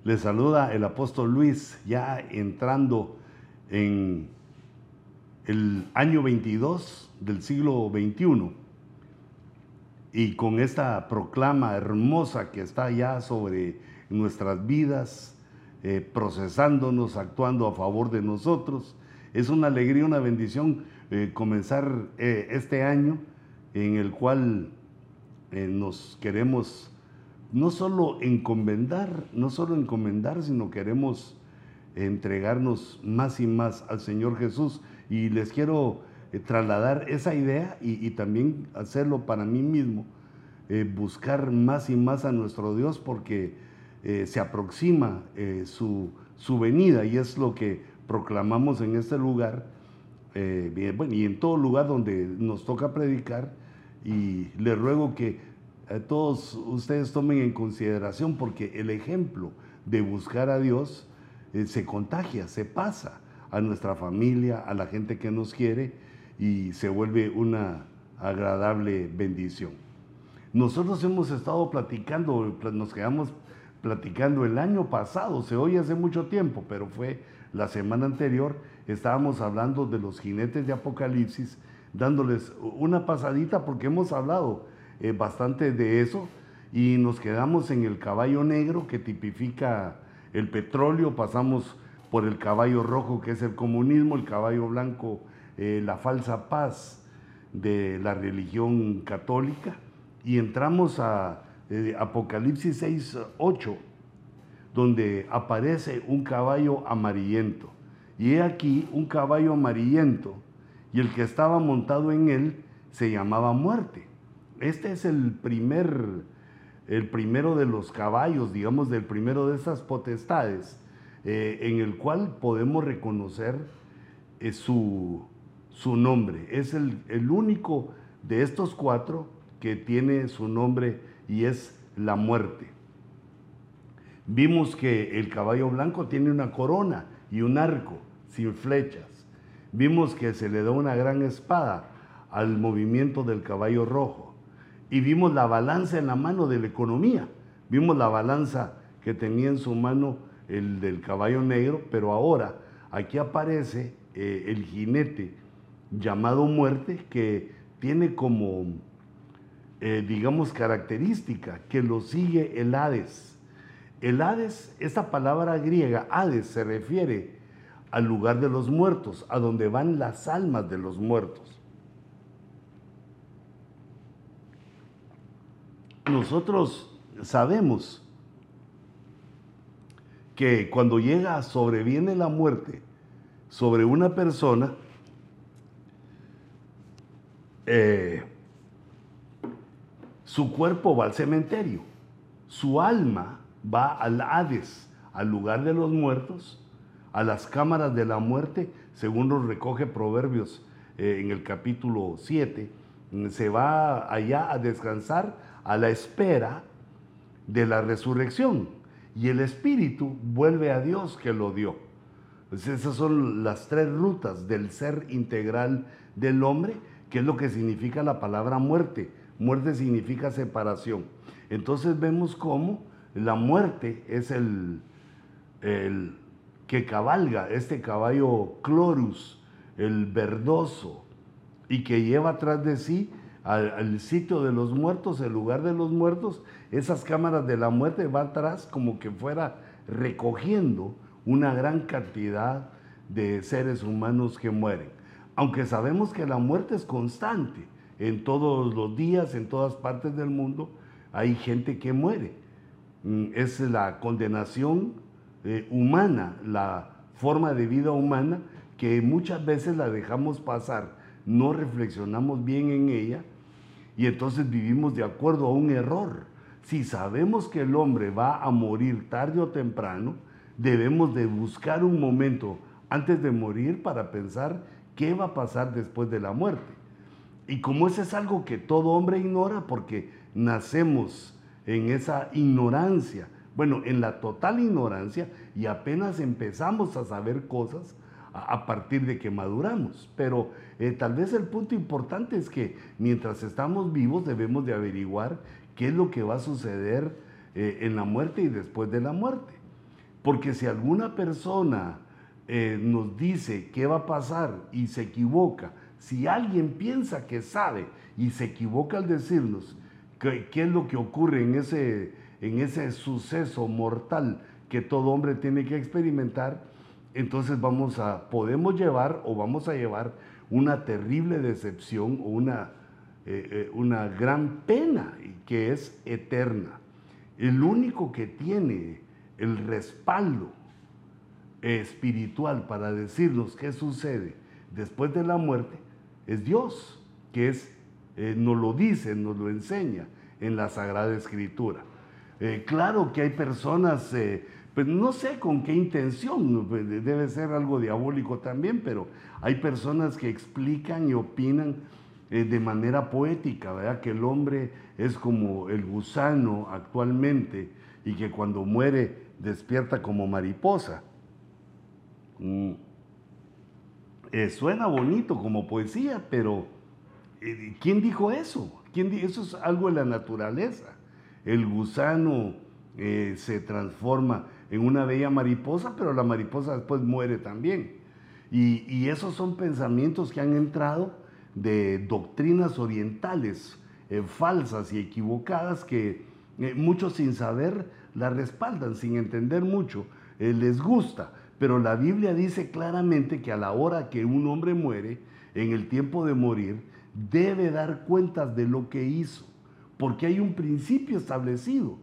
Les saluda el apóstol Luis, ya entrando en el año 22 del siglo XXI, y con esta proclama hermosa que está ya sobre nuestras vidas, procesándonos, actuando a favor de nosotros. Es una alegría, una bendición comenzar este año en el cual nos queremos no solo encomendar, sino queremos entregarnos más y más al Señor Jesús. Y les quiero trasladar esa idea y también hacerlo para mí mismo, buscar más y más a nuestro Dios, porque se aproxima su venida, y es lo que proclamamos en este lugar, bueno, y en todo lugar donde nos toca predicar. Y les ruego que todos ustedes tomen en consideración, porque el ejemplo de buscar a Dios se contagia, se pasa a nuestra familia, a la gente que nos quiere, y se vuelve una agradable bendición. Nosotros hemos estado platicando, nos quedamos platicando el año pasado, se oye hace mucho tiempo, pero fue la semana anterior. Estábamos hablando de los jinetes de Apocalipsis, dándoles una pasadita porque hemos hablado bastante de eso, y nos quedamos en el caballo negro que tipifica el petróleo. Pasamos por el caballo rojo, que es el comunismo; el caballo blanco, la falsa paz de la religión católica, y entramos a Apocalipsis 6:8, donde aparece un caballo amarillento. Y he aquí un caballo amarillento, y el que estaba montado en él se llamaba Muerte. Este es el primero de los caballos, digamos, del primero de estas potestades, en el cual podemos reconocer su nombre. Es el único de estos cuatro que tiene su nombre, y es la Muerte. Vimos que el caballo blanco tiene una corona y un arco sin flechas. Vimos que se le da una gran espada al movimiento del caballo rojo. Y vimos la balanza en la mano de la economía. Vimos la balanza que tenía en su mano el del caballo negro, pero ahora aquí aparece el jinete llamado Muerte, que tiene como, digamos, característica que lo sigue el Hades. El Hades, esta palabra griega, Hades, se refiere al lugar de los muertos, a donde van las almas de los muertos. Nosotros sabemos que cuando sobreviene la muerte sobre una persona, su cuerpo va al cementerio, su alma va al Hades, al lugar de los muertos, a las cámaras de la muerte, según nos recoge Proverbios en el capítulo 7. Se va allá a descansar a la espera de la resurrección, y el espíritu vuelve a Dios que lo dio. Pues esas son las tres rutas del ser integral del hombre, que es lo que significa la palabra muerte. Muerte significa separación. Entonces vemos cómo la muerte es el que cabalga este caballo Clorus, el verdoso, y que lleva atrás de sí al sitio de los muertos, el lugar de los muertos. Esas cámaras de la muerte va atrás, como que fuera recogiendo una gran cantidad de seres humanos que mueren. Aunque sabemos que la muerte es constante, en todos los días, en todas partes del mundo, hay gente que muere. Es la condenación humana, la forma de vida humana, que muchas veces la dejamos pasar, no reflexionamos bien en ella, y entonces vivimos de acuerdo a un error. Si sabemos que el hombre va a morir tarde o temprano, debemos de buscar un momento antes de morir para pensar qué va a pasar después de la muerte. Y como eso es algo que todo hombre ignora, porque nacemos en esa ignorancia, bueno, en la total ignorancia, y apenas empezamos a saber cosas a partir de que maduramos. Pero tal vez el punto importante es que mientras estamos vivos debemos de averiguar qué es lo que va a suceder en la muerte y después de la muerte. Porque si alguna persona nos dice qué va a pasar y se equivoca, si alguien piensa que sabe y se equivoca al decirnos qué es lo que ocurre en ese suceso mortal que todo hombre tiene que experimentar, entonces podemos llevar o vamos a llevar una terrible decepción o una gran pena que es eterna. El único que tiene el respaldo espiritual para decirnos qué sucede después de la muerte es Dios, que nos lo dice, nos lo enseña en la Sagrada Escritura. Claro que hay personas, pues no sé con qué intención, debe ser algo diabólico también, pero hay personas que explican y opinan de manera poética, ¿verdad? Que el hombre es como el gusano actualmente y que cuando muere despierta como mariposa. Suena bonito como poesía, pero ¿quién dijo eso? Eso es algo de la naturaleza. El gusano se transforma en una bella mariposa, pero la mariposa después muere también. Y esos son pensamientos que han entrado de doctrinas orientales falsas y equivocadas que muchos sin saber las respaldan, sin entender mucho, les gusta. Pero la Biblia dice claramente que a la hora que un hombre muere, en el tiempo de morir, debe dar cuentas de lo que hizo, porque hay un principio establecido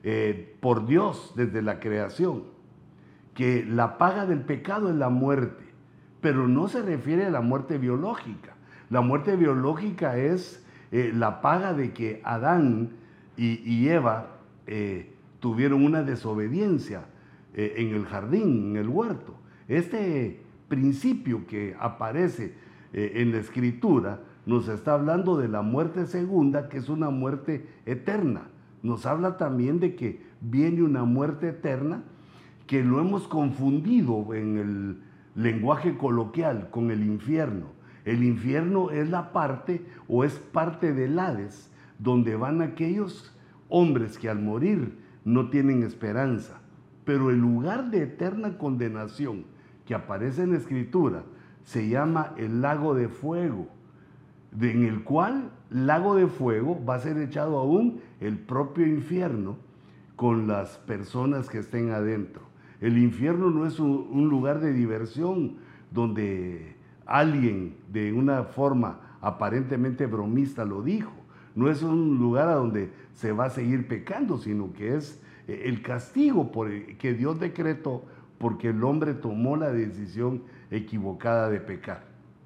por Dios desde la creación, que la paga del pecado es la muerte, pero no se refiere a la muerte biológica. La muerte biológica es la paga de que Adán y Eva tuvieron una desobediencia en el jardín, en el huerto. Este principio que aparece en la Escritura nos está hablando de la muerte segunda, que es una muerte eterna. Nos habla también de que viene una muerte eterna, que lo hemos confundido en el lenguaje coloquial con el infierno. El infierno es la parte o es parte del Hades, donde van aquellos hombres que al morir no tienen esperanza. Pero el lugar de eterna condenación que aparece en la Escritura se llama el lago de fuego, en el cual lago de fuego va a ser echado aún el propio infierno con las personas que estén adentro. El infierno no es un lugar de diversión donde alguien de una forma aparentemente bromista lo dijo. No es un lugar a donde se va a seguir pecando, sino que es el castigo que Dios decretó porque el hombre tomó la decisión equivocada de pecar.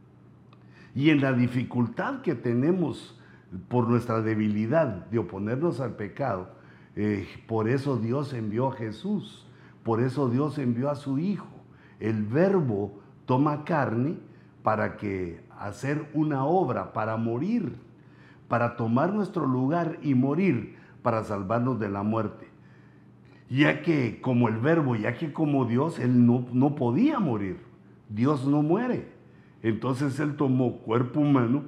Y en la dificultad que tenemos por nuestra debilidad de oponernos al pecado, por eso Dios envió a Jesús, por eso Dios envió a su Hijo. El Verbo toma carne para hacer una obra, para morir, para tomar nuestro lugar y morir, para salvarnos de la muerte. Ya que como el Verbo, ya que como Dios, Él no podía morir. Dios no muere. Entonces Él tomó cuerpo humano,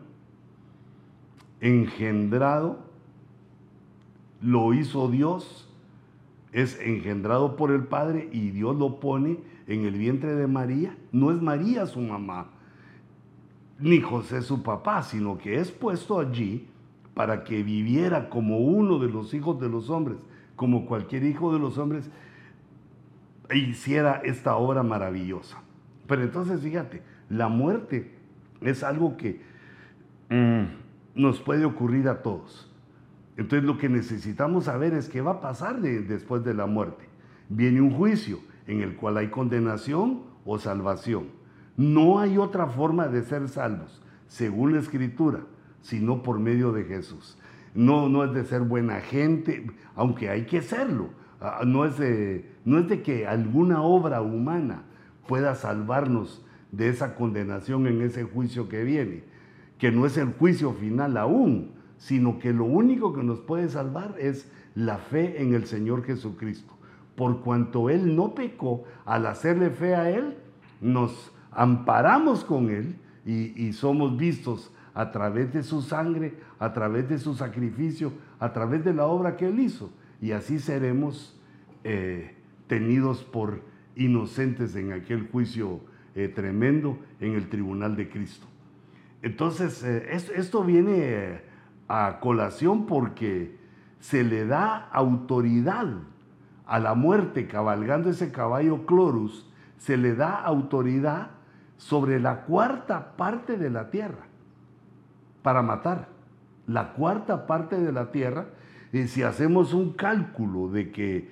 engendrado, lo hizo Dios, es engendrado por el Padre y Dios lo pone en el vientre de María. No es María su mamá, ni José su papá, sino que es puesto allí para que viviera como uno de los hijos de los hombres, como cualquier hijo de los hombres, e hiciera esta obra maravillosa. Pero entonces fíjate, la muerte es algo que nos puede ocurrir a todos. Entonces lo que necesitamos saber es qué va a pasar después de la muerte. Viene un juicio en el cual hay condenación o salvación. No hay otra forma de ser salvos, según la Escritura, sino por medio de Jesús. No es de ser buena gente, aunque hay que serlo. No es de que alguna obra humana pueda salvarnos de esa condenación en ese juicio que viene, que no es el juicio final aún, sino que lo único que nos puede salvar es la fe en el Señor Jesucristo. Por cuanto Él no pecó, al hacerle fe a Él, nos amparamos con Él y somos vistos a través de su sangre, a través de su sacrificio, a través de la obra que Él hizo. Y así seremos tenidos por inocentes en aquel juicio tremendo en el tribunal de Cristo. Entonces, esto viene a colación porque se le da autoridad a la muerte cabalgando ese caballo Clorus, se le da autoridad sobre la cuarta parte de la tierra para matar. La cuarta parte de la tierra, si hacemos un cálculo de que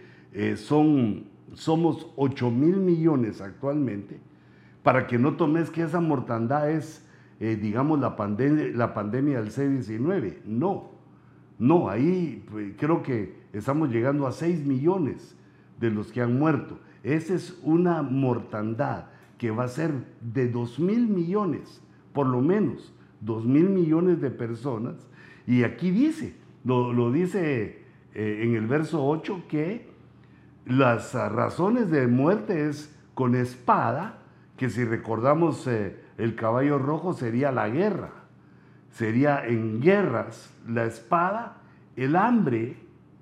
somos 8,000 millones actualmente, para que no tomes que esa mortandad es, digamos, la pandemia del C-19. No, ahí creo que estamos llegando a 6 millones de los que han muerto. Esa es una mortandad que va a ser de 2,000 millones, por lo menos 2,000 millones de personas. Y aquí dice, lo dice en el verso 8, que las razones de muerte es con espada, que si recordamos el caballo rojo sería la guerra, sería en guerras la espada, el hambre,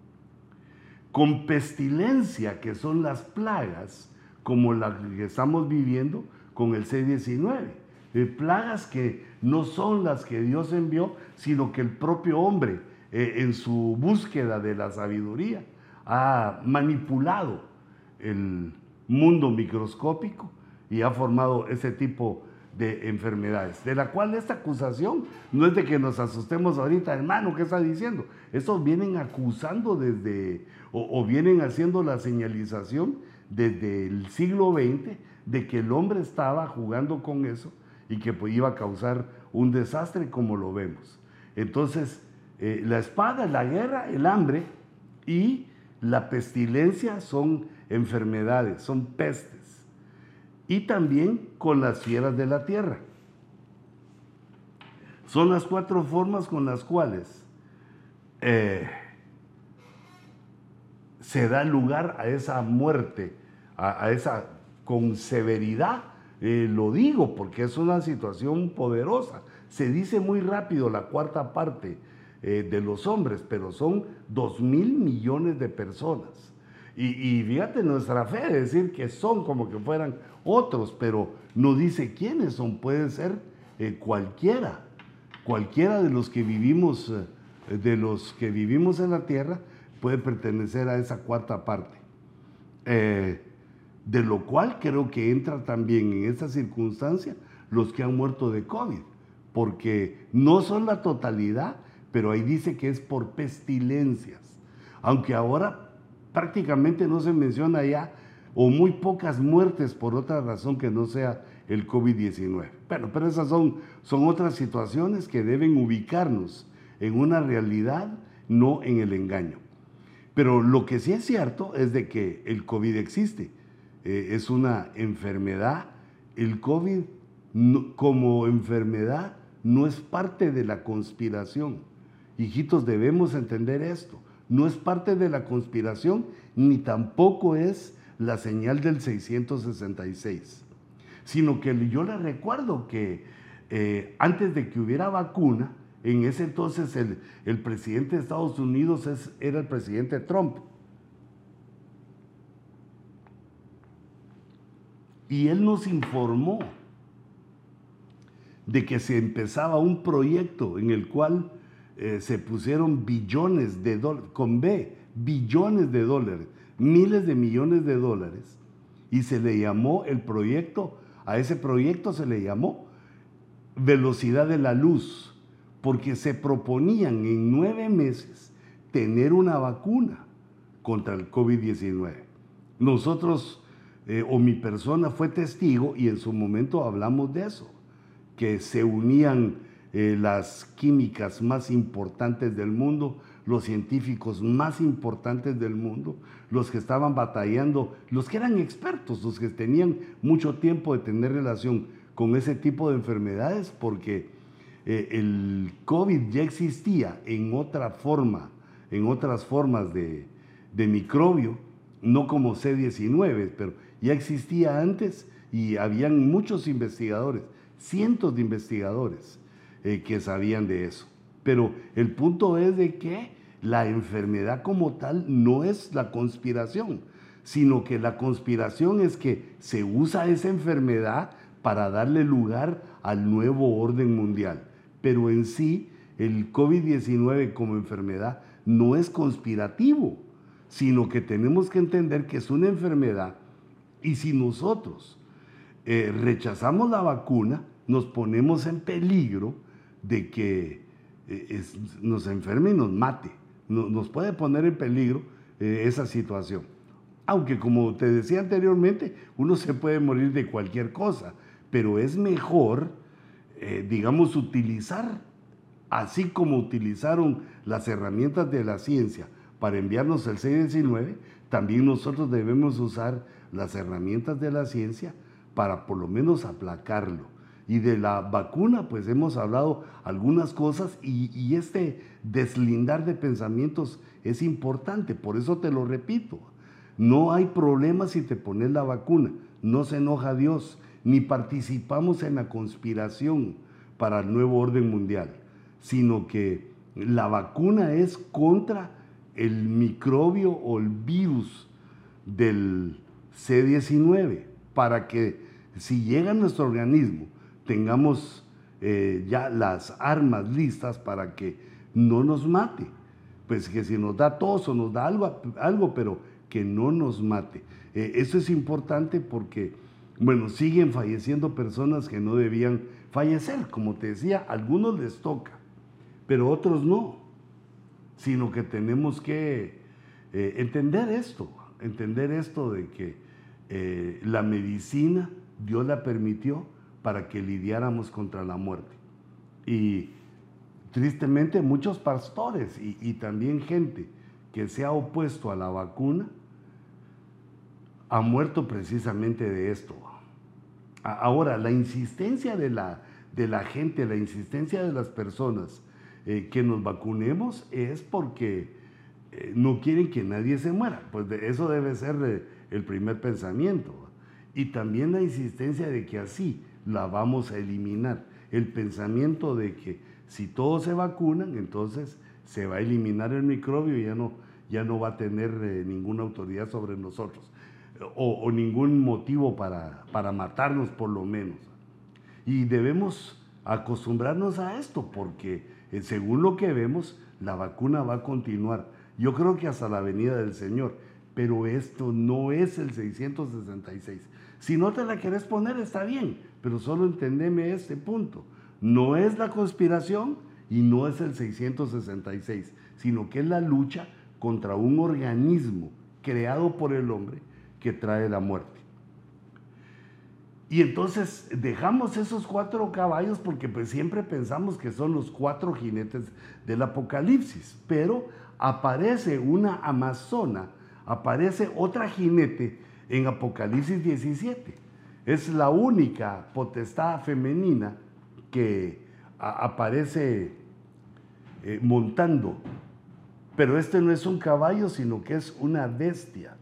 con pestilencia, que son las plagas, como la que estamos viviendo con el C-19. Plagas que no son las que Dios envió, sino que el propio hombre, en su búsqueda de la sabiduría, ha manipulado el mundo microscópico y ha formado ese tipo de enfermedades, de la cual esta acusación no es de que nos asustemos ahorita, hermano, ¿qué está diciendo? Estos vienen acusando desde, o vienen haciendo la señalización desde el siglo XX de que el hombre estaba jugando con eso y que pues, iba a causar un desastre como lo vemos. Entonces, la espada, la guerra, el hambre y la pestilencia son enfermedades, son pestes. Y también con las fieras de la tierra. Son las 4 formas con las cuales se da lugar a esa muerte, a esa con severidad. Lo digo porque es una situación poderosa. Se dice muy rápido la cuarta parte de los hombres, pero son 2,000 millones de personas. Y fíjate nuestra fe, decir que son como que fueran otros, pero no dice quiénes son. Puede ser cualquiera de los que vivimos, en la tierra, puede pertenecer a esa cuarta parte. De lo cual creo que entra también en esta circunstancia los que han muerto de COVID, porque no son la totalidad, pero ahí dice que es por pestilencias, aunque ahora prácticamente no se menciona ya, o muy pocas muertes por otra razón que no sea el COVID-19. Bueno, pero esas son otras situaciones que deben ubicarnos en una realidad, no en el engaño. Pero lo que sí es cierto es de que el COVID existe, es una enfermedad. El COVID como enfermedad no es parte de la conspiración. Hijitos, debemos entender esto. No es parte de la conspiración, ni tampoco es la señal del 666, sino que yo les recuerdo que antes de que hubiera vacuna, en ese entonces el presidente de Estados Unidos era el presidente Trump. Y él nos informó de que se empezaba un proyecto en el cual se pusieron billones de dólares, con B, billones de dólares, miles de millones de dólares, y se le llamó a ese proyecto se le llamó velocidad de la luz, porque se proponían en 9 meses tener una vacuna contra el COVID-19. Nosotros, o mi persona fue testigo, y en su momento hablamos de eso, que se unían las químicas más importantes del mundo, los científicos más importantes del mundo, los que estaban batallando, los que eran expertos, los que tenían mucho tiempo de tener relación con ese tipo de enfermedades, porque el COVID ya existía en otras formas de microbio, no como C-19, pero ya existía antes y habían muchos investigadores, cientos de investigadores que sabían de eso. Pero el punto es de que la enfermedad como tal no es la conspiración, sino que la conspiración es que se usa esa enfermedad para darle lugar al nuevo orden mundial. Pero en sí, el COVID-19 como enfermedad no es conspirativo, sino que tenemos que entender que es una enfermedad, y si nosotros rechazamos la vacuna, nos ponemos en peligro de que nos enferme y nos mate. Nos puede poner en peligro esa situación. Aunque, como te decía anteriormente, uno se puede morir de cualquier cosa, pero es mejor, digamos, utilizar, así como utilizaron las herramientas de la ciencia para enviarnos el C-19, también nosotros debemos usar las herramientas de la ciencia para por lo menos aplacarlo. Y de la vacuna, pues hemos hablado algunas cosas, y este deslindar de pensamientos es importante. Por eso te lo repito, no hay problema si te pones la vacuna, no se enoja Dios, ni participamos en la conspiración para el nuevo orden mundial, sino que la vacuna es contra el microbio o el virus del C-19, para que si llega a nuestro organismo tengamos ya las armas listas para que no nos mate. Pues que si nos da tos o nos da algo, pero que no nos mate. Eso es importante porque, bueno, siguen falleciendo personas que no debían fallecer. Como te decía, a algunos les toca, pero otros no. Sino que tenemos que entender esto de que la medicina Dios la permitió para que lidiáramos contra la muerte. Y tristemente muchos pastores y también gente que se ha opuesto a la vacuna ha muerto precisamente de esto. Ahora, la insistencia de la gente, la insistencia de las personas que nos vacunemos es porque no quieren que nadie se muera. Pues eso debe ser el primer pensamiento. Y también la insistencia de que así la vamos a eliminar. El pensamiento de que si todos se vacunan, entonces se va a eliminar el microbio y ya no va a tener ninguna autoridad sobre nosotros. O ningún motivo para matarnos, por lo menos. Y debemos acostumbrarnos a esto, porque según lo que vemos, la vacuna va a continuar. Yo creo que hasta la venida del Señor, pero esto no es el 666. Si no te la querés poner, está bien, pero solo entendeme este punto. No es la conspiración y no es el 666, sino que es la lucha contra un organismo creado por el hombre que trae la muerte. Y entonces dejamos esos 4 caballos porque pues siempre pensamos que son los 4 jinetes del Apocalipsis, pero aparece una amazona, aparece otra jinete en Apocalipsis 17. Es la única potestad femenina que aparece montando, pero este no es un caballo, sino que es una bestia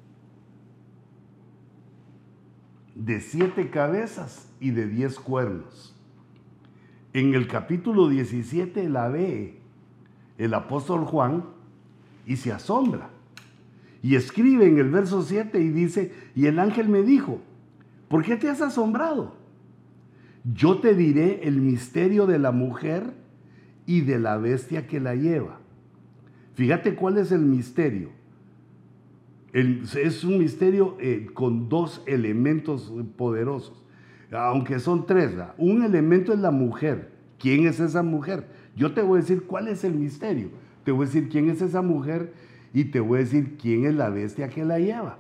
de 7 cabezas y de 10 cuernos. En el capítulo 17 la ve el apóstol Juan y se asombra. Y escribe en el verso 7 y dice, y el ángel me dijo, ¿por qué te has asombrado? Yo te diré el misterio de la mujer y de la bestia que la lleva. Fíjate cuál es el misterio. Es un misterio con 2 elementos poderosos, aunque son 3. Un elemento es la mujer. ¿Quién es esa mujer? Yo te voy a decir cuál es el misterio. Te voy a decir quién es esa mujer y te voy a decir quién es la bestia que la lleva.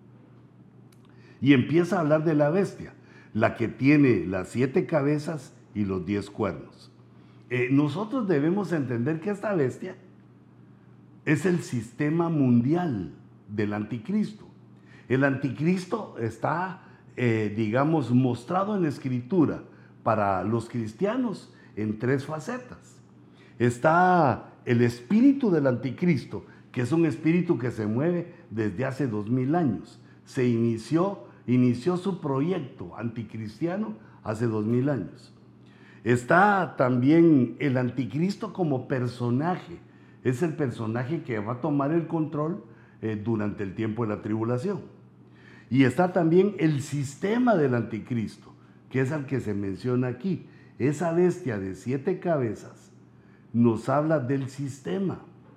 Y empieza a hablar de la bestia, la que tiene las 7 cabezas y los 10 cuernos. Nosotros debemos entender que esta bestia es el sistema mundial del anticristo. El anticristo está, digamos, mostrado en la escritura para los cristianos en 3 facetas. Está el espíritu del anticristo, que es un espíritu que se mueve desde hace 2000 años. Inició su proyecto anticristiano hace 2000 años. Está también el anticristo como personaje. Es el personaje que va a tomar el control durante el tiempo de la tribulación. Y está también el sistema del anticristo, que es el que se menciona aquí. Esa bestia de 7 cabezas nos habla del sistema,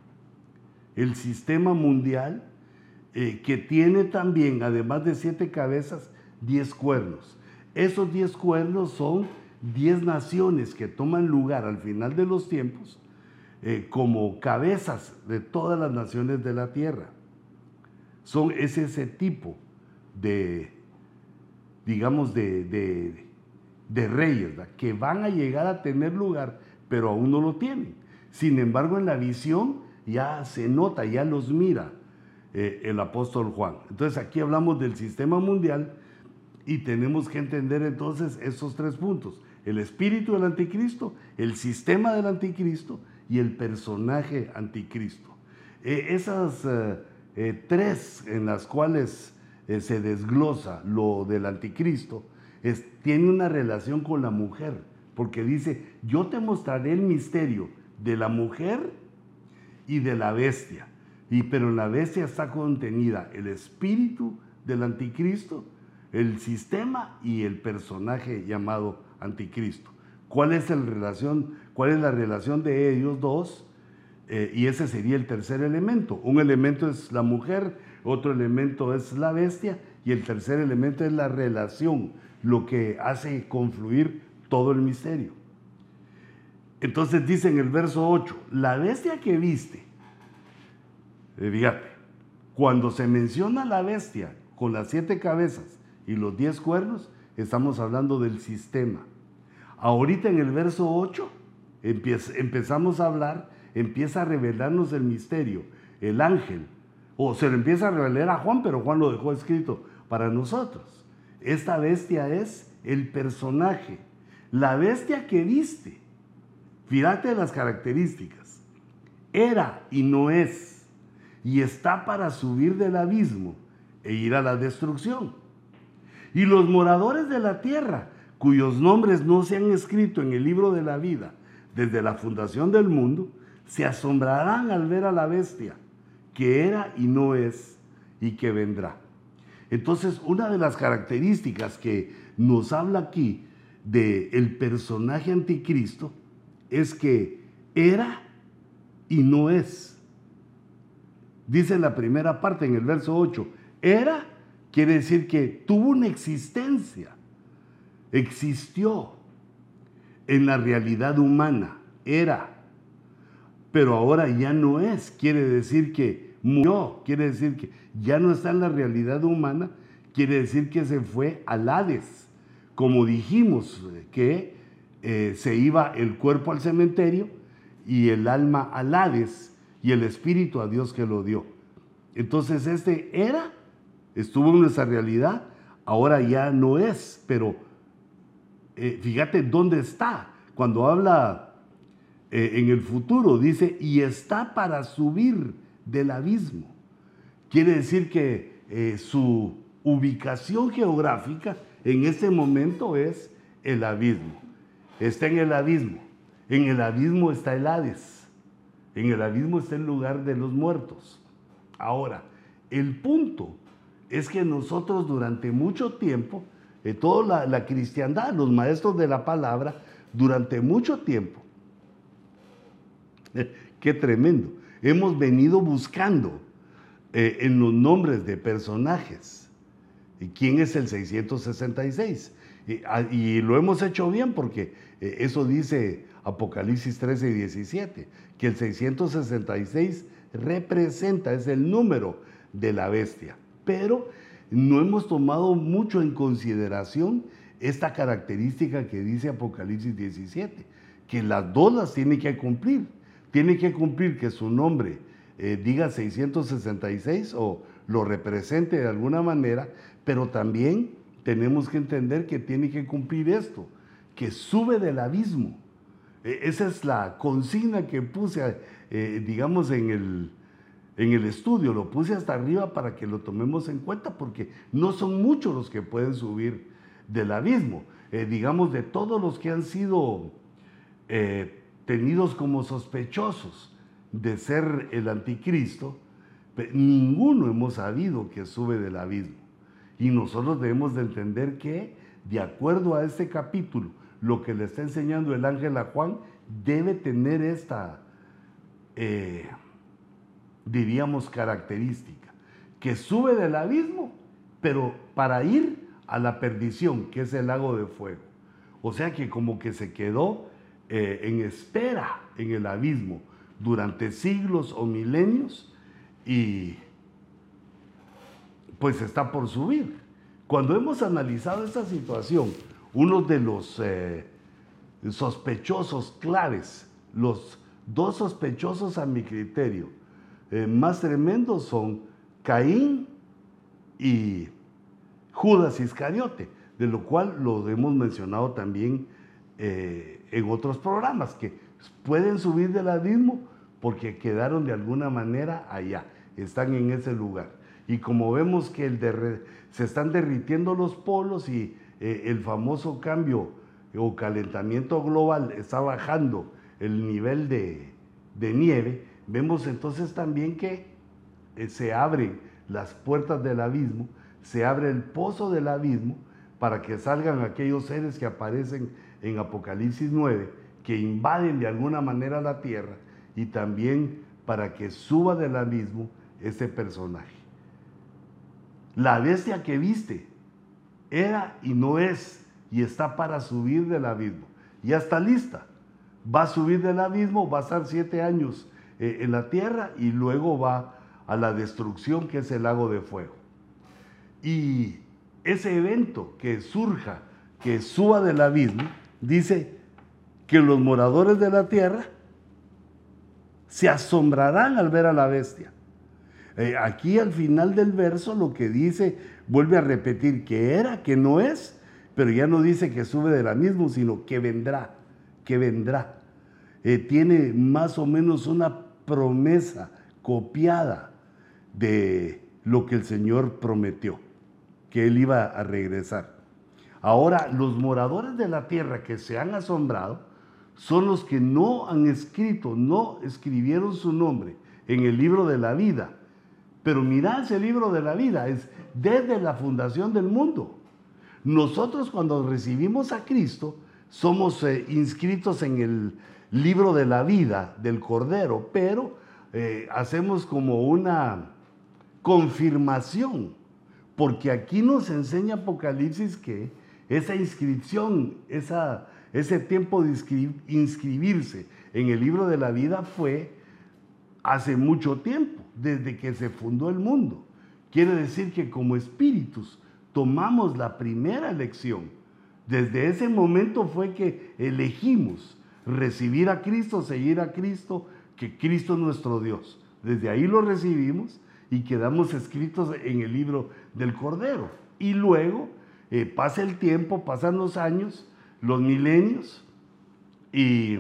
el sistema mundial, que tiene también, además de 7 cabezas, 10 cuernos. Esos 10 cuernos son 10 naciones que toman lugar al final de los tiempos como cabezas de todas las naciones de la tierra. Es ese tipo de, digamos, de reyes, ¿verdad?, que van a llegar a tener lugar, pero aún no lo tienen. Sin embargo, en la visión ya se nota, ya los mira el apóstol Juan. Entonces aquí hablamos del sistema mundial y tenemos que entender entonces esos 3 puntos: el espíritu del anticristo, el sistema del anticristo y el personaje anticristo. Esas 3 en las cuales se desglosa lo del anticristo tiene una relación con la mujer, porque dice: yo te mostraré el misterio de la mujer y de la bestia. Pero en la bestia está contenida el espíritu del anticristo, el sistema y el personaje llamado anticristo. ¿Cuál es la relación de ellos dos? Y ese sería el tercer elemento. Un elemento es la mujer, otro elemento es la bestia y el tercer elemento es la relación, lo que hace confluir todo el misterio. Entonces dice en el verso 8, la bestia que viste, fíjate, cuando se menciona la bestia con las 7 cabezas y los 10 cuernos, estamos hablando del sistema. Ahorita en el verso 8 empezamos a hablar, empieza a revelarnos el misterio, el ángel, o se lo empieza a revelar a Juan, pero Juan lo dejó escrito para nosotros. Esta bestia es el personaje, la bestia que viste. Fíjate las características: era y no es, y está para subir del abismo e ir a la destrucción. Y los moradores de la tierra, cuyos nombres no se han escrito en el libro de la vida desde la fundación del mundo, se asombrarán al ver a la bestia, que era y no es, y que vendrá. Entonces, una de las características que nos habla aquí del personaje anticristo es que era y no es. Dice en la primera parte, en el verso 8, era quiere decir que tuvo una existencia, existió en la realidad humana, era, pero ahora ya no es, quiere decir que murió, quiere decir que ya no está en la realidad humana, quiere decir que se fue al Hades, como dijimos, que se iba el cuerpo al cementerio y el alma al Hades y el espíritu a Dios que lo dio. Entonces estuvo en nuestra realidad, ahora ya no es, pero fíjate dónde está. Cuando habla en el futuro, dice, y está para subir del abismo. Quiere decir que su ubicación geográfica en este momento es el abismo. Está en el abismo. En el abismo está el Hades. En el abismo está el lugar de los muertos. Ahora, el punto es que nosotros durante mucho tiempo, toda la cristiandad, los maestros de la palabra, durante mucho tiempo, qué tremendo, hemos venido buscando en los nombres de personajes quién es el 666. Y lo hemos hecho bien porque eso dice Apocalipsis 13 y 17, que el 666 representa, es el número de la bestia. Pero no hemos tomado mucho en consideración esta característica que dice Apocalipsis 17, que las dos las tiene que cumplir. Tiene que cumplir que su nombre diga 666 o lo represente de alguna manera, pero también tenemos que entender que tiene que cumplir esto, que sube del abismo. Esa es la consigna que puse, digamos, en el estudio, lo puse hasta arriba para que lo tomemos en cuenta, porque no son muchos los que pueden subir del abismo. Digamos, de todos los que han sido tenidos como sospechosos de ser el anticristo, Ninguno hemos sabido que sube del abismo. Y nosotros debemos de entender que, de acuerdo a este capítulo, lo que le está enseñando el ángel a Juan debe tener esta, diríamos, característica, que sube del abismo, pero para ir a la perdición, que es el lago de fuego. O sea que como que se quedó en espera en el abismo durante siglos o milenios, y pues está por subir. Cuando hemos analizado esta situación, uno de los sospechosos claves, los dos sospechosos a mi criterio más tremendos son Caín y Judas Iscariote, de lo cual lo hemos mencionado también en otros programas, que pueden subir del abismo porque quedaron de alguna manera allá, están en ese lugar. Y como vemos que se están derritiendo los polos y el famoso cambio o calentamiento global está bajando el nivel de nieve, vemos entonces también que se abren las puertas del abismo, se abre el pozo del abismo para que salgan aquellos seres que aparecen en Apocalipsis 9, que invaden de alguna manera la tierra, y también para que suba del abismo este personaje. La bestia que viste era y no es, y está para subir del abismo. Ya está lista. Va a subir del abismo, va a estar 7 años en la tierra y luego va a la destrucción, que es el lago de fuego. Y ese evento que surja, que suba del abismo, dice que los moradores de la tierra se asombrarán al ver a la bestia. Aquí al final del verso lo que dice, vuelve a repetir que era, que no es, pero ya no dice que sube del abismo, sino que vendrá, que vendrá. Tiene más o menos una promesa copiada de lo que el Señor prometió, que Él iba a regresar. Ahora, los moradores de la tierra que se han asombrado son los que no han escrito, no escribieron su nombre en el libro de la vida. Pero mirad, ese libro de la vida es desde la fundación del mundo. Nosotros, cuando recibimos a Cristo, somos inscritos en el libro de la vida del Cordero, pero hacemos como una confirmación, porque aquí nos enseña Apocalipsis que esa inscripción, ese tiempo de inscribirse en el libro de la vida fue hace mucho tiempo, desde que se fundó el mundo. Quiere decir que como espíritus tomamos la primera elección. Desde ese momento fue que elegimos recibir a Cristo, seguir a Cristo, que Cristo es nuestro Dios. Desde ahí lo recibimos y quedamos escritos en el libro del Cordero. Y luego pasa el tiempo, pasan los años, los milenios, y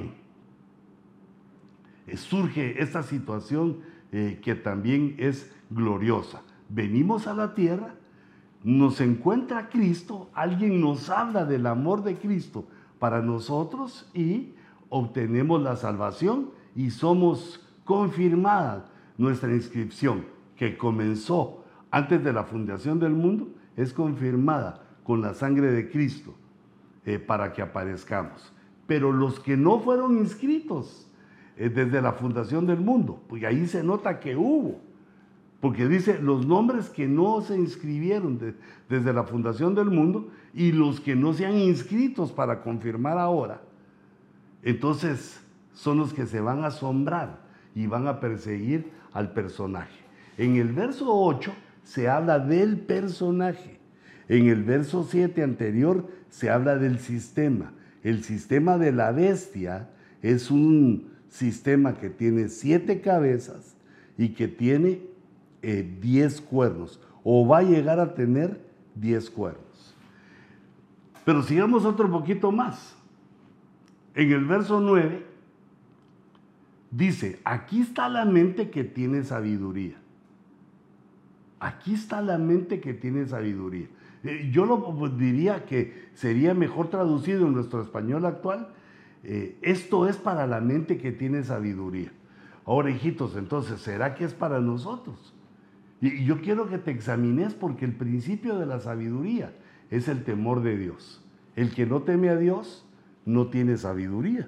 surge esta situación que también es gloriosa. Venimos a la tierra, nos encuentra Cristo, alguien nos habla del amor de Cristo para nosotros y obtenemos la salvación y somos confirmada nuestra inscripción, que comenzó antes de la fundación del mundo, es confirmada con la sangre de Cristo para que aparezcamos. Pero los que no fueron inscritos desde la fundación del mundo, pues ahí se nota que hubo, porque dice los nombres que no se inscribieron desde la fundación del mundo y los que no se han inscritos para confirmar ahora, entonces son los que se van a asombrar y van a perseguir al personaje. En el verso 8 se habla del personaje, en el verso 7 anterior se habla del sistema. El sistema de la bestia es un sistema que tiene 7 cabezas y que tiene 10 cuernos, o va a llegar a tener 10 cuernos. Pero sigamos otro poquito más. En el verso 9 dice, aquí está la mente que tiene sabiduría. Aquí está la mente que tiene sabiduría. Yo lo diría que sería mejor traducido en nuestro español actual. Esto es para la mente que tiene sabiduría. Ahora, hijitos, entonces, ¿será que es para nosotros? Y yo quiero que te examines, porque el principio de la sabiduría es el temor de Dios. El que no teme a Dios no tiene sabiduría.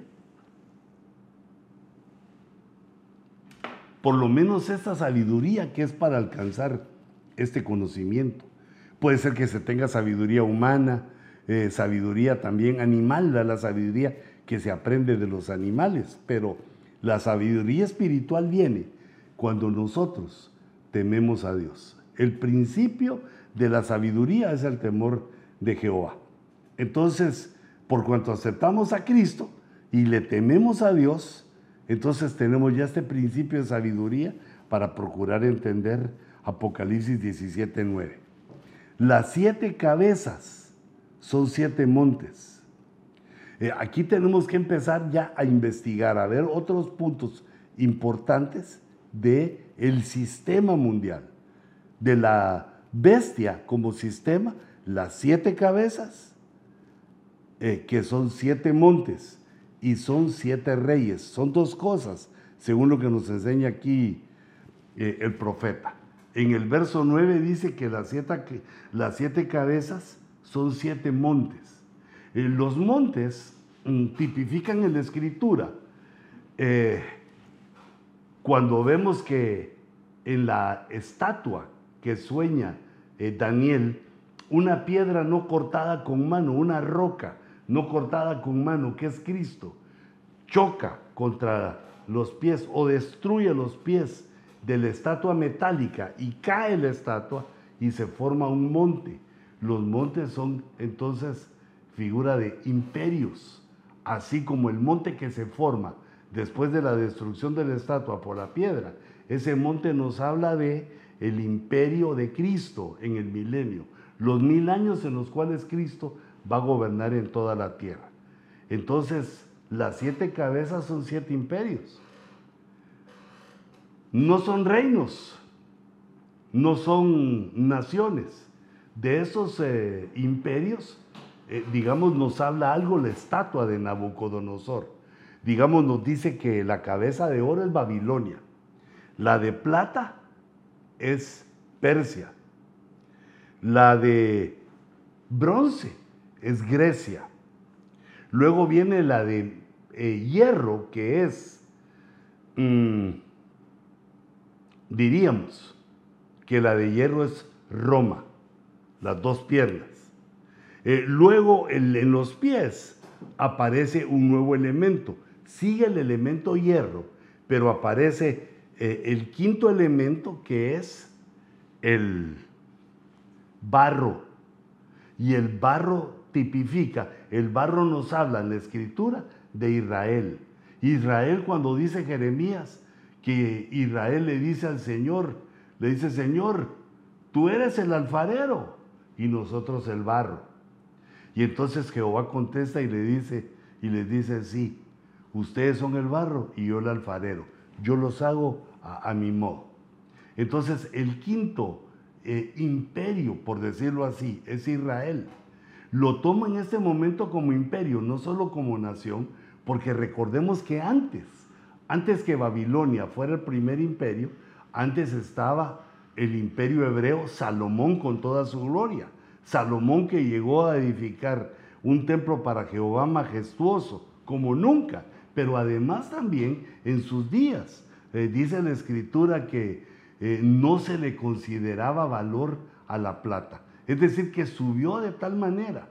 Por lo menos esta sabiduría que es para alcanzar este conocimiento. Puede ser que se tenga sabiduría humana, sabiduría también animal, la sabiduría que se aprende de los animales, pero la sabiduría espiritual viene cuando nosotros tememos a Dios. El principio de la sabiduría es el temor de Jehová. Entonces, por cuanto aceptamos a Cristo y le tememos a Dios, entonces tenemos ya este principio de sabiduría para procurar entender Apocalipsis 17:9. Las 7 cabezas son 7 montes. Aquí tenemos que empezar ya a investigar, a ver otros puntos importantes del sistema mundial, de la bestia como sistema, las 7 cabezas, que son 7 montes y son 7 reyes. Son 2 cosas, según lo que nos enseña aquí el profeta. En el verso 9 dice que las 7 cabezas son 7 montes. Los montes tipifican en la Escritura. Cuando vemos que en la estatua que sueña Daniel, una piedra no cortada con mano, una roca no cortada con mano, que es Cristo, choca contra los pies o destruye los pies de la estatua metálica y cae la estatua y se forma un monte. Los montes son entonces figura de imperios, así como el monte que se forma después de la destrucción de la estatua por la piedra. Ese monte nos habla de el imperio de Cristo en el milenio, los 1000 años en los cuales Cristo va a gobernar en toda la tierra. Entonces, las 7 cabezas son 7 imperios. No son reinos, no son naciones. De esos imperios, digamos, nos habla algo la estatua de Nabucodonosor. Digamos, nos dice que la cabeza de oro es Babilonia, la de plata es Persia, la de bronce es Grecia. Luego viene la de hierro, que es, diríamos que la de hierro es Roma, las 2 piernas. Luego en los pies aparece un nuevo elemento, sigue el elemento hierro, pero aparece el 5.º elemento, que es el barro. Y el barro tipifica, el barro nos habla en la Escritura de Israel. Israel, cuando dice Jeremías que Israel le dice al Señor, le dice: Señor, tú eres el alfarero y nosotros el barro. Y entonces Jehová contesta y les dice: sí, ustedes son el barro y yo el alfarero, yo los hago a mi modo. Entonces el 5.º imperio, por decirlo así, es Israel. Lo toma en este momento como imperio, no solo como nación, porque recordemos que antes que Babilonia fuera el primer imperio, antes estaba el imperio hebreo, Salomón con toda su gloria. Salomón, que llegó a edificar un templo para Jehová majestuoso como nunca, pero además también en sus días, dice la Escritura que no se le consideraba valor a la plata. Es decir, que subió de tal manera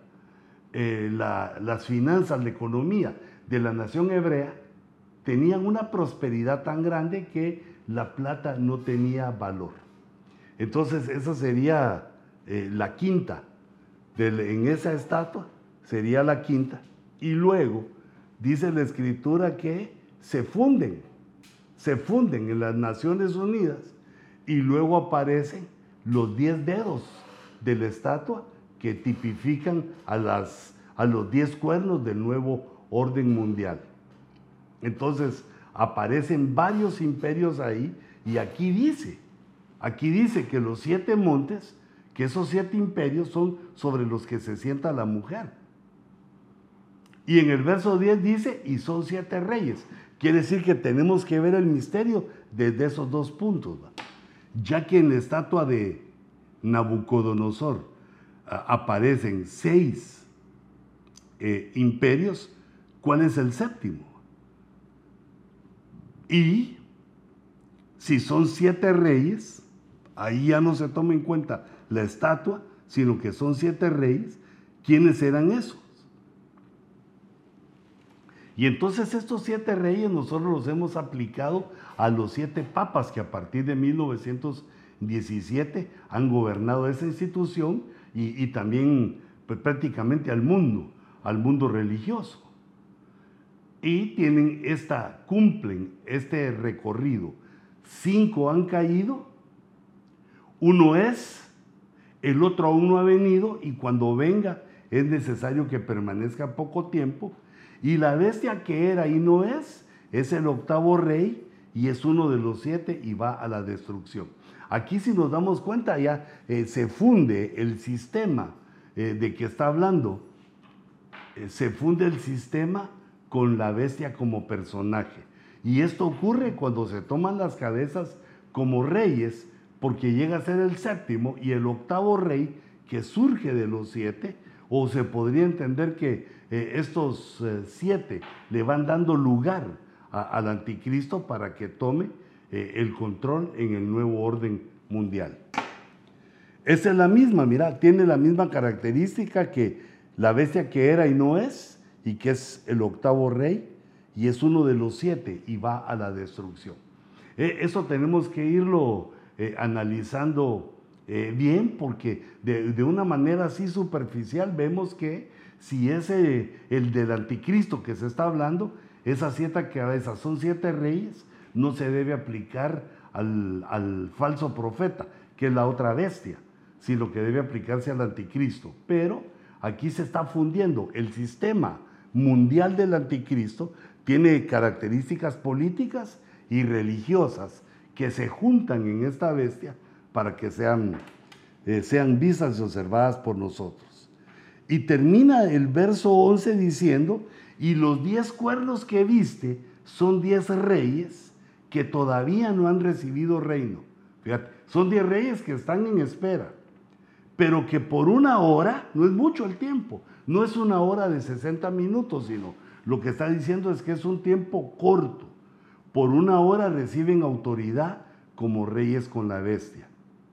las finanzas, la economía de la nación hebrea, tenían una prosperidad tan grande que la plata no tenía valor. Entonces esa sería la 5.ª, en esa estatua sería la 5.ª, y luego dice la Escritura que se funden en las Naciones Unidas, y luego aparecen los 10 dedos de la estatua que tipifican a los 10 cuernos del nuevo orden mundial. Entonces aparecen varios imperios ahí, y aquí dice que los 7 montes, que esos 7 imperios son sobre los que se sienta la mujer. Y en el verso 10 dice: y son 7 reyes. Quiere decir que tenemos que ver el misterio desde esos 2 puntos, ¿va? ya que en la estatua de Nabucodonosor aparecen 6 imperios, ¿cuál es el séptimo? Y si son 7 reyes, ahí ya no se toma en cuenta la estatua, sino que son 7 reyes. ¿Quiénes eran esos? Y entonces estos 7 reyes nosotros los hemos aplicado a los 7 papas que a partir de 1917 han gobernado esa institución y también pues, prácticamente al mundo religioso. Y cumplen este recorrido. 5 han caído, uno es, el otro aún no ha venido, y cuando venga es necesario que permanezca poco tiempo. Y la bestia que era y no es el 8º rey, y es uno de los 7 y va a la destrucción. Aquí, si nos damos cuenta, ya se funde el sistema de que está hablando, se funde el sistema con la bestia como personaje. Y esto ocurre cuando se toman las cabezas como reyes, porque llega a ser el 7º y el 8º rey que surge de los 7, o se podría entender que estos 7 le van dando lugar al anticristo para que tome el control en el nuevo orden mundial. Esa es la misma, mira, tiene la misma característica que la bestia que era y no es, y que es el 8º rey, y es uno de los 7 y va a la destrucción. Eso tenemos que irlo analizando bien, porque de una manera así superficial vemos que si es el del anticristo que se está hablando, esas 7 cabezas son 7 reyes, no se debe aplicar al falso profeta, que es la otra bestia, sino que debe aplicarse al anticristo. Pero aquí se está fundiendo el sistema mundial del anticristo, tiene características políticas y religiosas que se juntan en esta bestia para que sean vistas y observadas por nosotros. Y termina el verso 11 diciendo: y los 10 cuernos que viste son 10 reyes que todavía no han recibido reino. Fíjate, son 10 reyes que están en espera, pero que por una hora, no es mucho el tiempo, no es una hora de 60 minutos, sino lo que está diciendo es que es un tiempo corto. Por una hora reciben autoridad como reyes con la bestia.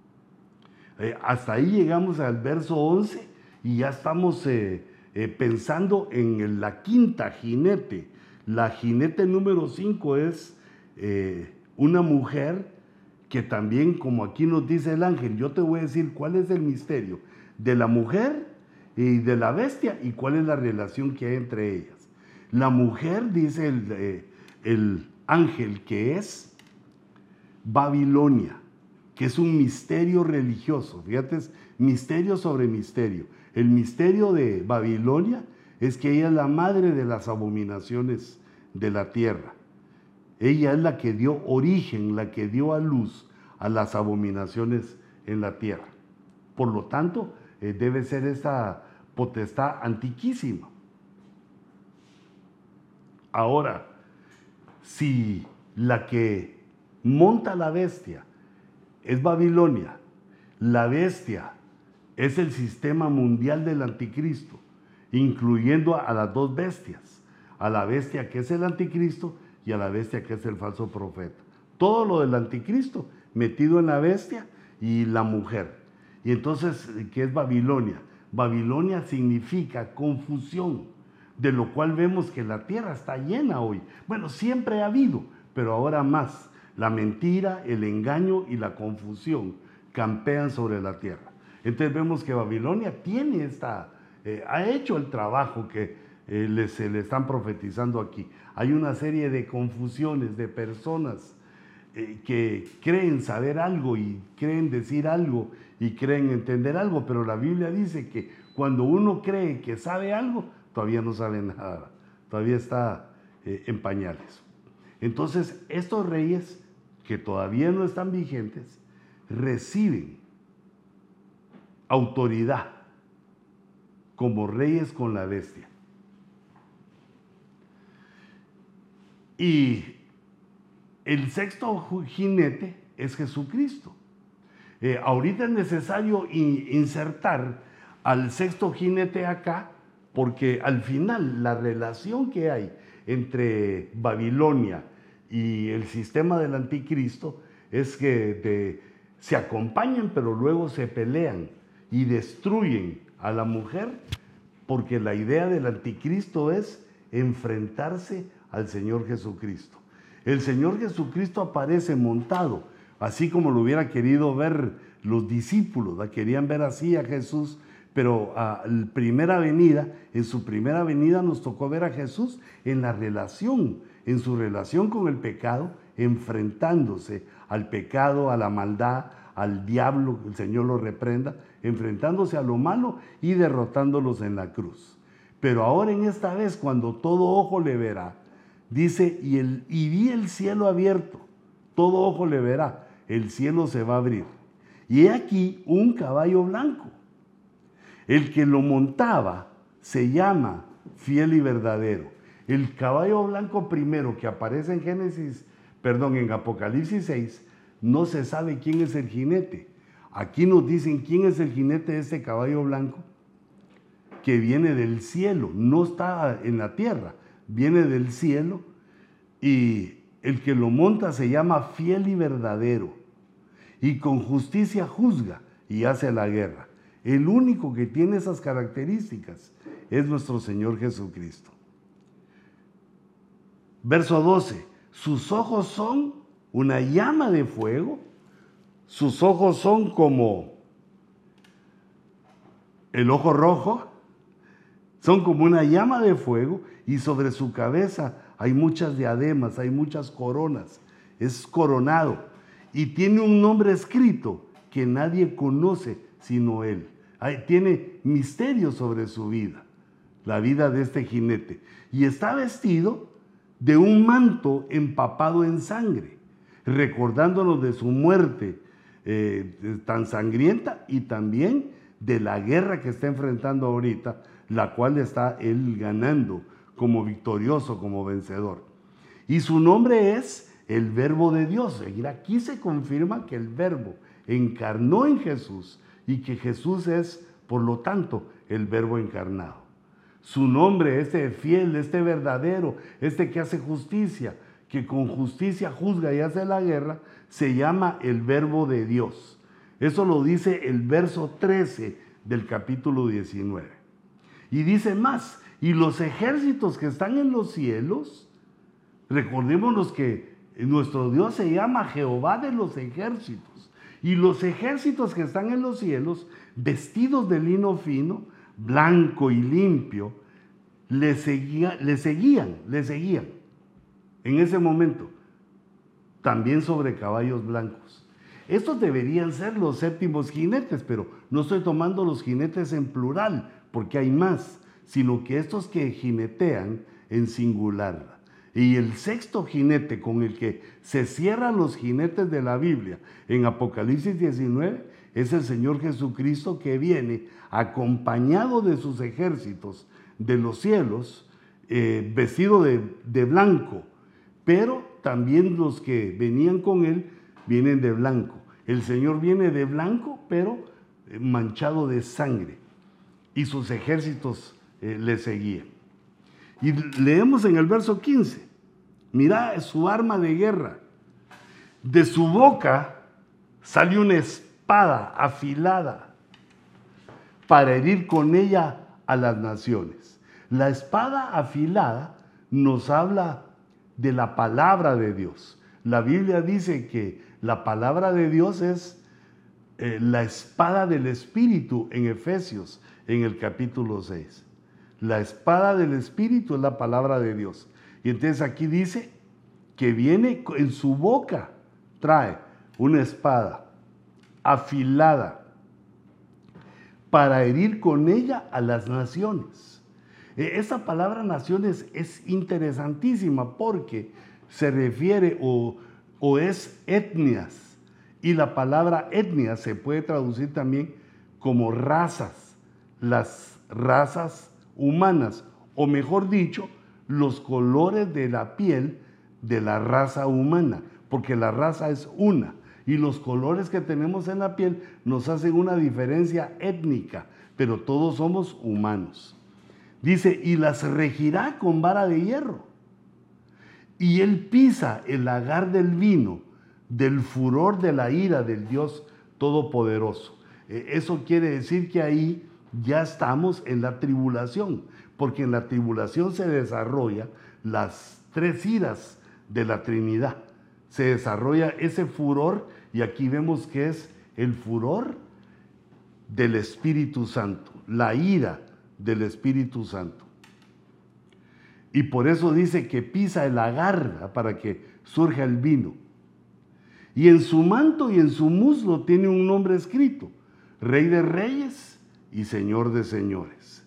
Hasta ahí llegamos al verso 11 y ya estamos pensando en la 5ª jinete. La jinete número 5 es una mujer que también, como aquí nos dice el ángel, yo te voy a decir cuál es el misterio de la mujer y de la bestia y cuál es la relación que hay entre ellas. La mujer, dice el ángel, que es Babilonia, que es un misterio religioso. Fíjate, es misterio sobre misterio. El misterio de Babilonia es que ella es la madre de las abominaciones de la tierra. Ella es la que dio origen, la que dio a luz a las abominaciones en la tierra. Por lo tanto, debe ser esta potestad antiquísima. Ahora, si la que monta la bestia es Babilonia, la bestia es el sistema mundial del anticristo, incluyendo a las 2 bestias, a la bestia que es el anticristo y a la bestia que es el falso profeta. Todo lo del anticristo metido en la bestia y la mujer. Y entonces, ¿qué es Babilonia? Babilonia significa confusión, de lo cual vemos que la tierra está llena hoy. Bueno, siempre ha habido, pero ahora más. La mentira, el engaño y la confusión campean sobre la tierra. Entonces vemos que Babilonia tiene ha hecho el trabajo que se le están profetizando aquí. Hay una serie de confusiones de personas que creen saber algo y creen decir algo y creen entender algo, pero la Biblia dice que cuando uno cree que sabe algo, todavía no sabe nada, todavía está en pañales. Entonces, estos reyes que todavía no están vigentes reciben autoridad como reyes con la bestia. Y el 6º jinete es Jesucristo. Ahorita es necesario insertar al sexto jinete acá, porque al final la relación que hay entre Babilonia y el sistema del anticristo es que se acompañan, pero luego se pelean y destruyen a la mujer, porque la idea del anticristo es enfrentarse al Señor Jesucristo. El Señor Jesucristo aparece montado, así como lo hubiera querido ver los discípulos, querían ver así a Jesús, pero en su primera venida nos tocó ver a Jesús en su relación con el pecado, enfrentándose al pecado, a la maldad, al diablo, el Señor lo reprenda, enfrentándose a lo malo y derrotándolos en la cruz. Pero ahora en esta vez, cuando todo ojo le verá, dice, y vi el cielo abierto, todo ojo le verá, el cielo se va a abrir. Y he aquí un caballo blanco. El que lo montaba se llama Fiel y Verdadero. El caballo blanco primero que aparece en Apocalipsis 6, no se sabe quién es el jinete. Aquí nos dicen quién es el jinete de este caballo blanco, que viene del cielo, no está en la tierra, viene del cielo, y el que lo monta se llama Fiel y Verdadero, y con justicia juzga y hace la guerra. El único que tiene esas características es nuestro Señor Jesucristo. Verso 12, sus ojos son una llama de fuego, sus ojos son como el ojo rojo, son como una llama de fuego, y sobre su cabeza hay muchas diademas, hay muchas coronas, es coronado, y tiene un nombre escrito que nadie conoce sino él. Tiene misterio sobre su vida, la vida de este jinete, y está vestido de un manto empapado en sangre, recordándonos de su muerte tan sangrienta, y también de la guerra que está enfrentando ahorita, la cual está él ganando como victorioso, como vencedor. Y su nombre es el Verbo de Dios. Y aquí se confirma que el Verbo encarnó en Jesús, y que Jesús es, por lo tanto, el Verbo encarnado. Su nombre, este fiel, este verdadero, este que hace justicia, que con justicia juzga y hace la guerra, se llama el Verbo de Dios. Eso lo dice el verso 13 del capítulo 19. Y dice más, y los ejércitos que están en los cielos, recordémonos que nuestro Dios se llama Jehová de los ejércitos. Y los ejércitos que están en los cielos, vestidos de lino fino, blanco y limpio, le seguían en ese momento, también sobre caballos blancos. Estos deberían ser los séptimos jinetes, pero no estoy tomando los jinetes en plural, porque hay más, sino que estos que jinetean en singular. Y el sexto jinete con el que se cierran los jinetes de la Biblia en Apocalipsis 19 es el Señor Jesucristo, que viene acompañado de sus ejércitos de los cielos, vestido de blanco, pero también los que venían con él vienen de blanco. El Señor viene de blanco, pero manchado de sangre, y sus ejércitos le seguían. Y leemos en el verso 15, mira su arma de guerra, de su boca sale una espada afilada para herir con ella a las naciones. La espada afilada nos habla de la palabra de Dios. La Biblia dice que la palabra de Dios es la espada del Espíritu en Efesios, en el capítulo 6. La espada del Espíritu es la palabra de Dios. Y entonces aquí dice que viene en su boca, trae una espada afilada para herir con ella a las naciones. Esa palabra naciones es interesantísima, porque se refiere o es etnias, y la palabra etnia se puede traducir también como razas, las razas humanas, o mejor dicho, los colores de la piel de la raza humana, porque la raza es una, Y los colores que tenemos en la piel nos hacen una diferencia étnica, pero todos somos humanos. Dice, y las regirá con vara de hierro. Y él pisa el lagar del vino, del furor de la ira del Dios Todopoderoso. Eso quiere decir que ahí ya estamos en la tribulación, porque en la tribulación se desarrolla las tres iras de la Trinidad. Se desarrolla ese furor, y aquí vemos que es el furor del Espíritu Santo, la ira del Espíritu Santo. Y por eso dice que pisa el lagar para que surja el vino. Y en su manto y en su muslo tiene un nombre escrito: Rey de Reyes y Señor de Señores.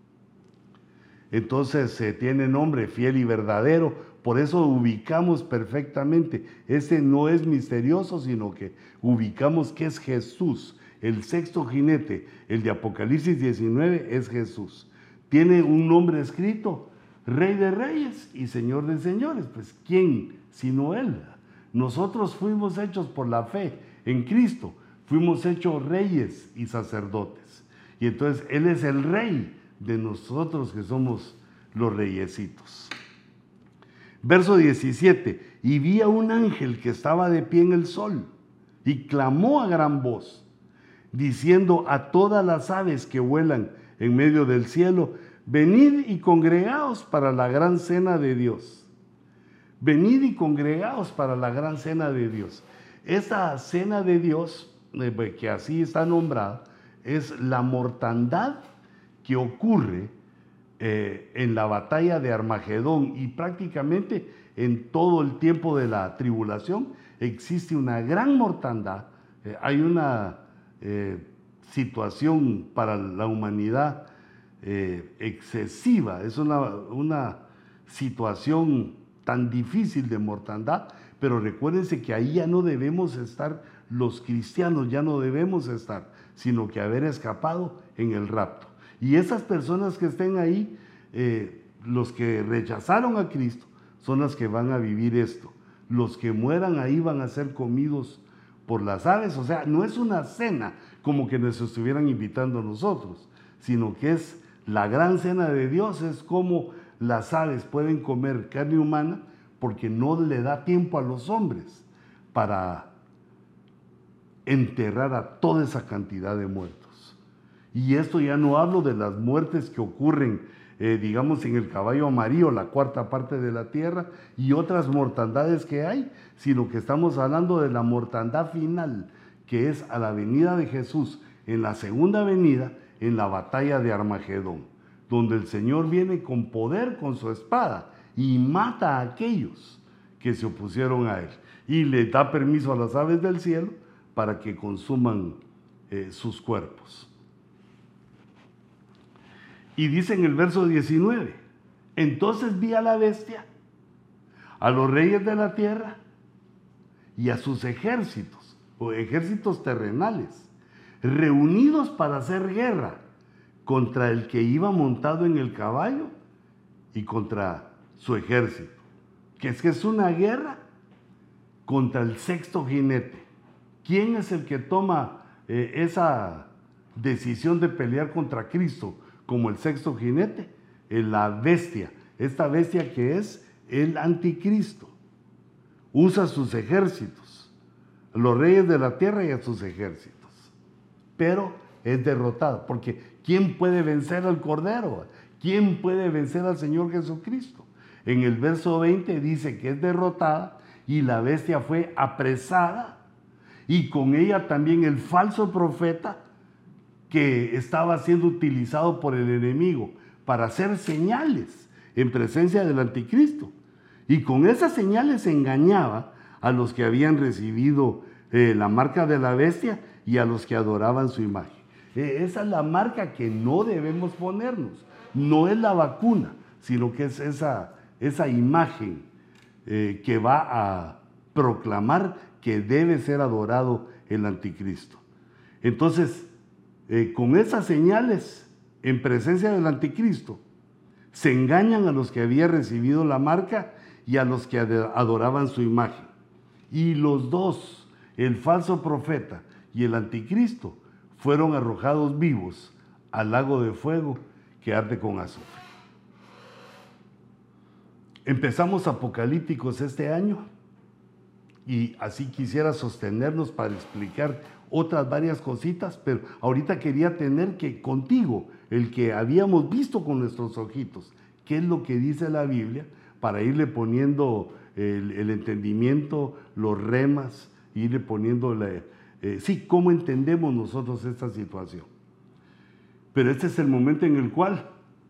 Entonces tiene nombre fiel y verdadero, por eso ubicamos perfectamente. Este no es misterioso, sino que ubicamos que es Jesús. El sexto jinete, el de Apocalipsis 19, es Jesús. Tiene un nombre escrito: Rey de Reyes y Señor de Señores. Pues ¿quién sino Él? Nosotros fuimos hechos por la fe en Cristo, fuimos hechos reyes y sacerdotes. Y entonces Él es el Rey de nosotros que somos los reyesitos. Verso 17, y vi a un ángel que estaba de pie en el sol y clamó a gran voz, diciendo a todas las aves que vuelan en medio del cielo: venid y congregaos para la gran cena de Dios. Venid y congregaos para la gran cena de Dios. Esta cena de Dios, que así está nombrada, es la mortandad que ocurre en la batalla de Armagedón, y prácticamente en todo el tiempo de la tribulación existe una gran mortandad. Hay una situación para la humanidad excesiva, es una situación tan difícil de mortandad, pero recuérdense que ahí ya no debemos estar los cristianos, ya no debemos estar, sino que haber escapado en el rapto. Y esas personas que estén ahí, los que rechazaron a Cristo, son las que van a vivir esto. Los que mueran ahí van a ser comidos por las aves. O sea, no es una cena como que nos estuvieran invitando a nosotros, sino que es la gran cena de Dios. Es como las aves pueden comer carne humana porque no le da tiempo a los hombres para enterrar a toda esa cantidad de muertos. Y esto ya no hablo de las muertes que ocurren, digamos, en el caballo amarillo, la cuarta parte de la tierra, y otras mortandades que hay, sino que estamos hablando de la mortandad final, que es a la venida de Jesús, en la segunda venida, en la batalla de Armagedón, donde el Señor viene con poder, con su espada, y mata a aquellos que se opusieron a Él, y le da permiso a las aves del cielo para que consuman sus cuerpos. Y dice en el verso 19, entonces vi a la bestia, a los reyes de la tierra y a sus ejércitos, o ejércitos terrenales, reunidos para hacer guerra contra el que iba montado en el caballo y contra su ejército. Que es una guerra contra el sexto jinete. ¿Quién es el que toma esa decisión de pelear contra Cristo como el sexto jinete? La bestia, esta bestia que es el anticristo. Usa sus ejércitos, los reyes de la tierra y a sus ejércitos, pero es derrotado, porque ¿quién puede vencer al Cordero? ¿Quién puede vencer al Señor Jesucristo? En el verso 20 dice que es derrotada y la bestia fue apresada, y con ella también el falso profeta que estaba siendo utilizado por el enemigo para hacer señales en presencia del anticristo. Y con esas señales engañaba a los que habían recibido la marca de la bestia y a los que adoraban su imagen. Esa es la marca que no debemos ponernos. No es la vacuna, sino que es esa imagen que va a proclamar que debe ser adorado el anticristo. Entonces, con esas señales en presencia del anticristo, se engañan a los que habían recibido la marca y a los que adoraban su imagen. Y los dos, el falso profeta y el anticristo fueron arrojados vivos al lago de fuego que arde con azufre. Empezamos apocalípticos este año y así quisiera sostenernos para explicar otras varias cositas, pero ahorita quería tener que contigo el que habíamos visto con nuestros ojitos, qué es lo que dice la Biblia, para irle poniendo el entendimiento, los remas, irle poniendo cómo entendemos nosotros esta situación. Pero este es el momento en el cual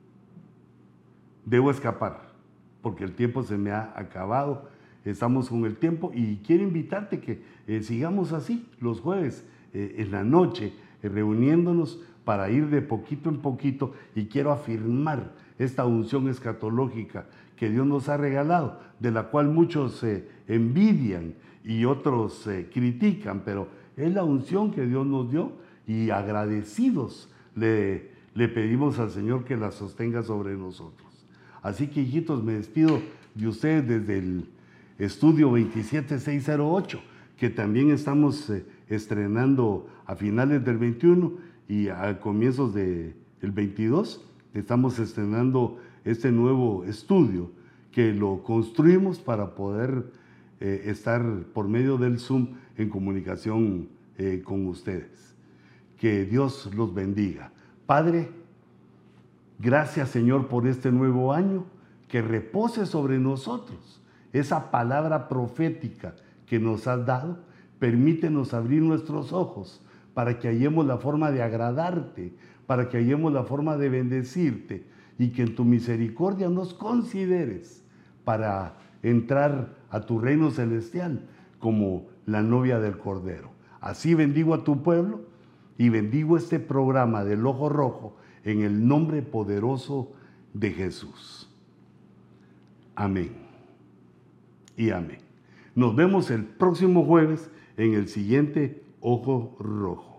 debo escapar, porque el tiempo se me ha acabado, estamos con el tiempo y quiero invitarte que sigamos así los jueves en la noche, reuniéndonos para ir de poquito en poquito, y quiero afirmar esta unción escatológica que Dios nos ha regalado, de la cual muchos envidian y otros critican, pero es la unción que Dios nos dio y agradecidos le pedimos al Señor que la sostenga sobre nosotros. Así que, hijitos, me despido de ustedes desde el estudio 27608, que también estamos estrenando a finales del 21 y a comienzos del 22. Estamos estrenando este nuevo estudio que lo construimos para poder estar por medio del Zoom en comunicación con ustedes. Que Dios los bendiga. Padre, gracias, Señor, por este nuevo año, que repose sobre nosotros esa palabra profética que nos has dado. Permítenos abrir nuestros ojos para que hallemos la forma de agradarte, para que hallemos la forma de bendecirte, y que en tu misericordia nos consideres para entrar a tu reino celestial como la novia del Cordero. Así bendigo a tu pueblo y bendigo este programa del Ojo Rojo en el nombre poderoso de Jesús. Amén y amén. Nos vemos el próximo jueves en el siguiente Ojo Rojo.